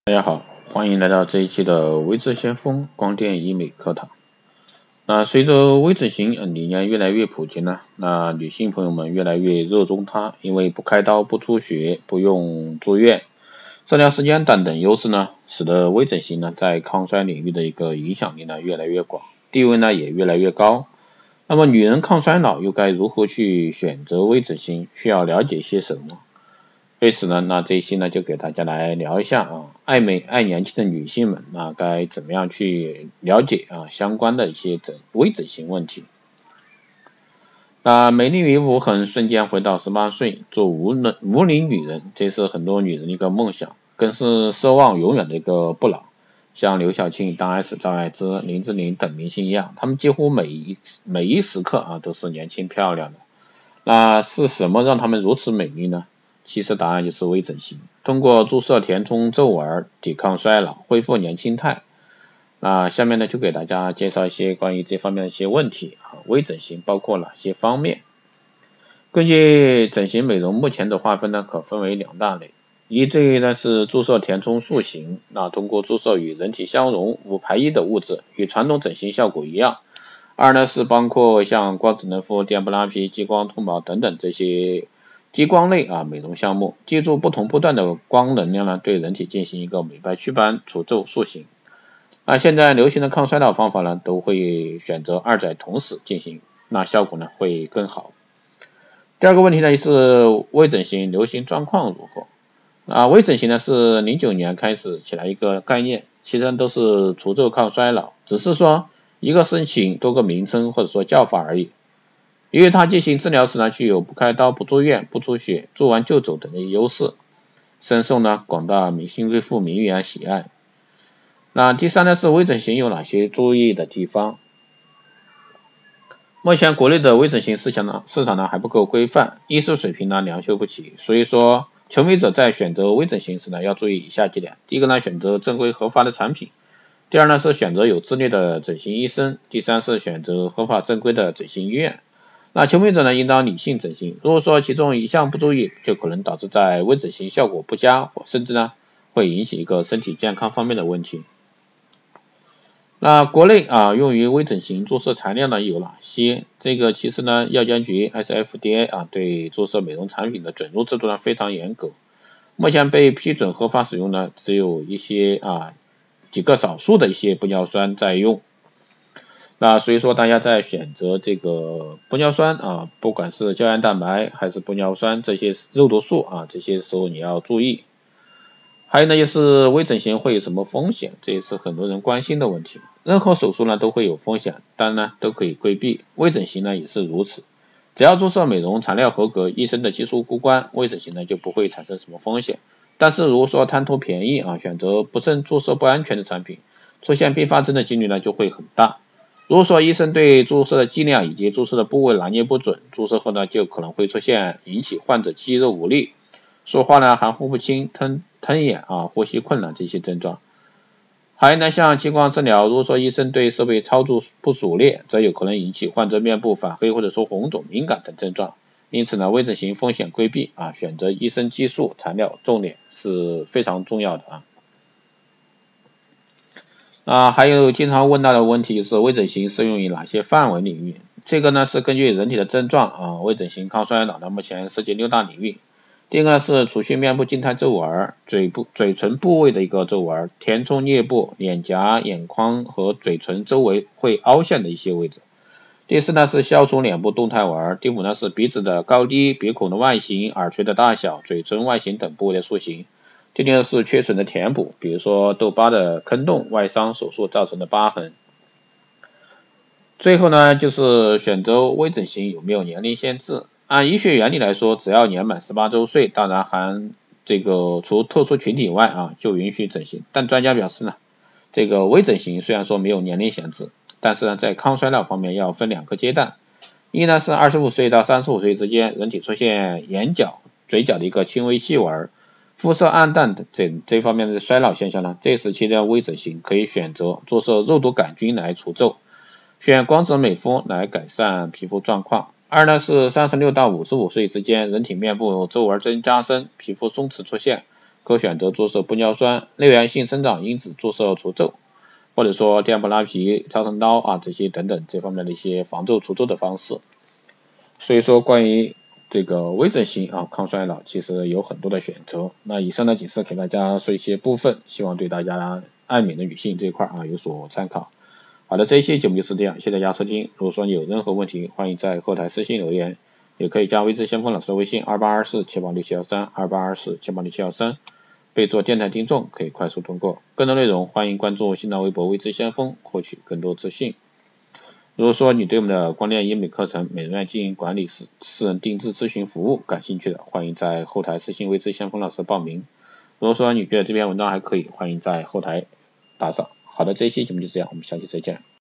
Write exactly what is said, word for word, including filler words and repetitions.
大家好，欢迎来到这一期的微智先锋光电医美课堂。那随着微整形理念越来越普及呢，那女性朋友们越来越热衷它，因为不开刀、不出血、不用住院、治疗时间短等优势呢，使得微整形呢在抗衰领域的一个影响力呢越来越广，地位呢也越来越高。那么女人抗衰老又该如何去选择微整形？需要了解些什么？为此呢，那这一期呢就给大家来聊一下啊，爱美爱年轻的女性们那该怎么样去了解啊相关的一些整微整形问题。那美丽与无痕瞬间回到十八岁，做无人无龄女人，这是很多女人的一个梦想，更是奢望永远的一个不老。像刘晓庆、大 S、赵爱芝、林志玲等明星一样，她们几乎每一每一时刻啊都是年轻漂亮的。那是什么让她们如此美丽呢？其实答案就是微整形，通过注射填充皱纹，抵抗衰老，恢复年轻态。那下面呢就给大家介绍一些关于这方面的一些问题啊，微整形包括哪些方面？根据整形美容目前的划分呢，可分为两大类，一类呢是注射填充塑形，那通过注射与人体相融无排异的物质，与传统整形效果一样。二呢是包括像光子嫩肤、电波拉皮、激光脱毛等等这些激光类啊美容项目，借助不同波段的光能量呢，对人体进行一个美白祛斑、除皱塑形。那现在流行的抗衰老方法呢，都会选择二者同时进行，那效果呢会更好。第二个问题呢是微整形流行状况如何？啊，微整形呢是零九年开始起来一个概念，其实都是除皱抗衰老，只是说一个申请多个名称或者说叫法而已。因为它进行治疗时呢，具有不开刀、不住院、不出血、做完就走等的优势，深受呢广大明星贵妇名媛喜爱。那第三呢是微整形有哪些注意的地方？目前国内的微整形市场呢市场呢还不够规范，医术水平呢良莠不齐，所以说求美者在选择微整形时呢要注意以下几点：第一个呢选择正规合法的产品，第二呢是选择有资历的整形医生，第三是选择合法正规的整形医院。那求美者呢应当理性整形，如果说其中一项不注意，就可能导致在微整形效果不佳，或甚至呢会引起一个身体健康方面的问题。那国内啊用于微整形注射材料呢有哪些？这个其实呢药监局 S F D A 啊对注射美容产品的准入制度呢非常严格，目前被批准合法使用呢只有一些啊几个少数的一些玻尿酸在用。那所以说大家在选择这个玻尿酸啊，不管是胶原蛋白还是玻尿酸这些肉毒素啊，这些时候你要注意。还有呢就是微整形会有什么风险，这也是很多人关心的问题。任何手术呢都会有风险，但呢都可以规避，微整形呢也是如此。只要注射美容材料合格，医生的技术过关，微整形呢就不会产生什么风险。但是如果说贪图便宜啊，选择不慎注射不安全的产品，出现并发症的几率呢就会很大。如果说医生对注射的剂量以及注射的部位拿捏不准，注射后呢就可能会出现引起患者肌肉无力、说话呢含糊不清、吞吞咽啊、呼吸困难这些症状。还有呢像激光治疗，如果说医生对设备操作不熟练，则有可能引起患者面部反黑或者说红肿、敏感等症状。因此呢微整形风险规避啊，选择医生技术材料重点是非常重要的啊。啊，还有经常问到的问题是微整形适用于哪些范围领域？这个呢是根据人体的症状啊，微整形抗衰老呢目前涉及六大领域。第一个呢是除去面部静态皱纹，嘴部嘴唇部位的一个皱纹，填充颞部、脸颊、眼眶和嘴唇周围会凹陷的一些位置。第四呢是消除脸部动态纹，第五呢是鼻子的高低、鼻孔的外形、耳垂的大小、嘴唇外形等部位的塑形。第六是缺损的填补，比如说痘疤的坑洞、外伤手术造成的疤痕。最后呢就是选择微整形有没有年龄限制？按医学原理来说，只要年满十八周岁，当然含这个除特殊群体以外啊就允许整形。但专家表示呢，这个微整形虽然说没有年龄限制，但是呢在抗衰老方面要分两个阶段。一呢是二十五岁到三十五岁之间，人体出现眼角、嘴角的一个轻微细纹、肤色暗淡等这这方面的衰老现象呢，这时期的微整形可以选择注射肉毒杆菌来除皱，选光子美肤来改善皮肤状况。二呢是三十六到五十五岁之间，人体面部皱纹增加深，皮肤松弛出现， 可选择注射玻尿酸、内源性生长因子注射除皱，或者说电波拉皮、超声刀啊这些等等这方面的一些防皱除皱的方式。所以说关于这个微整形啊抗衰老其实有很多的选择。那以上呢仅是给大家说一些部分，希望对大家爱美的女性这一块啊有所参考。好的，这一期节目就是这样，谢谢大家收听。如果说你有任何问题，欢迎在后台私信留言，也可以加微知先锋老师的微信二八二四七八六七幺三二八二四七八六七幺三，备注电台听众可以快速通过。更多内容欢迎关注新浪微博微知先锋，获取更多资讯。如果说你对我们的光电医美课程、美容院经营管理、私私人定制咨询服务感兴趣的，欢迎在后台私信微知先锋老师报名。如果说你觉得这篇文章还可以，欢迎在后台打赏。好的，这一期节目就这样，我们下期再见。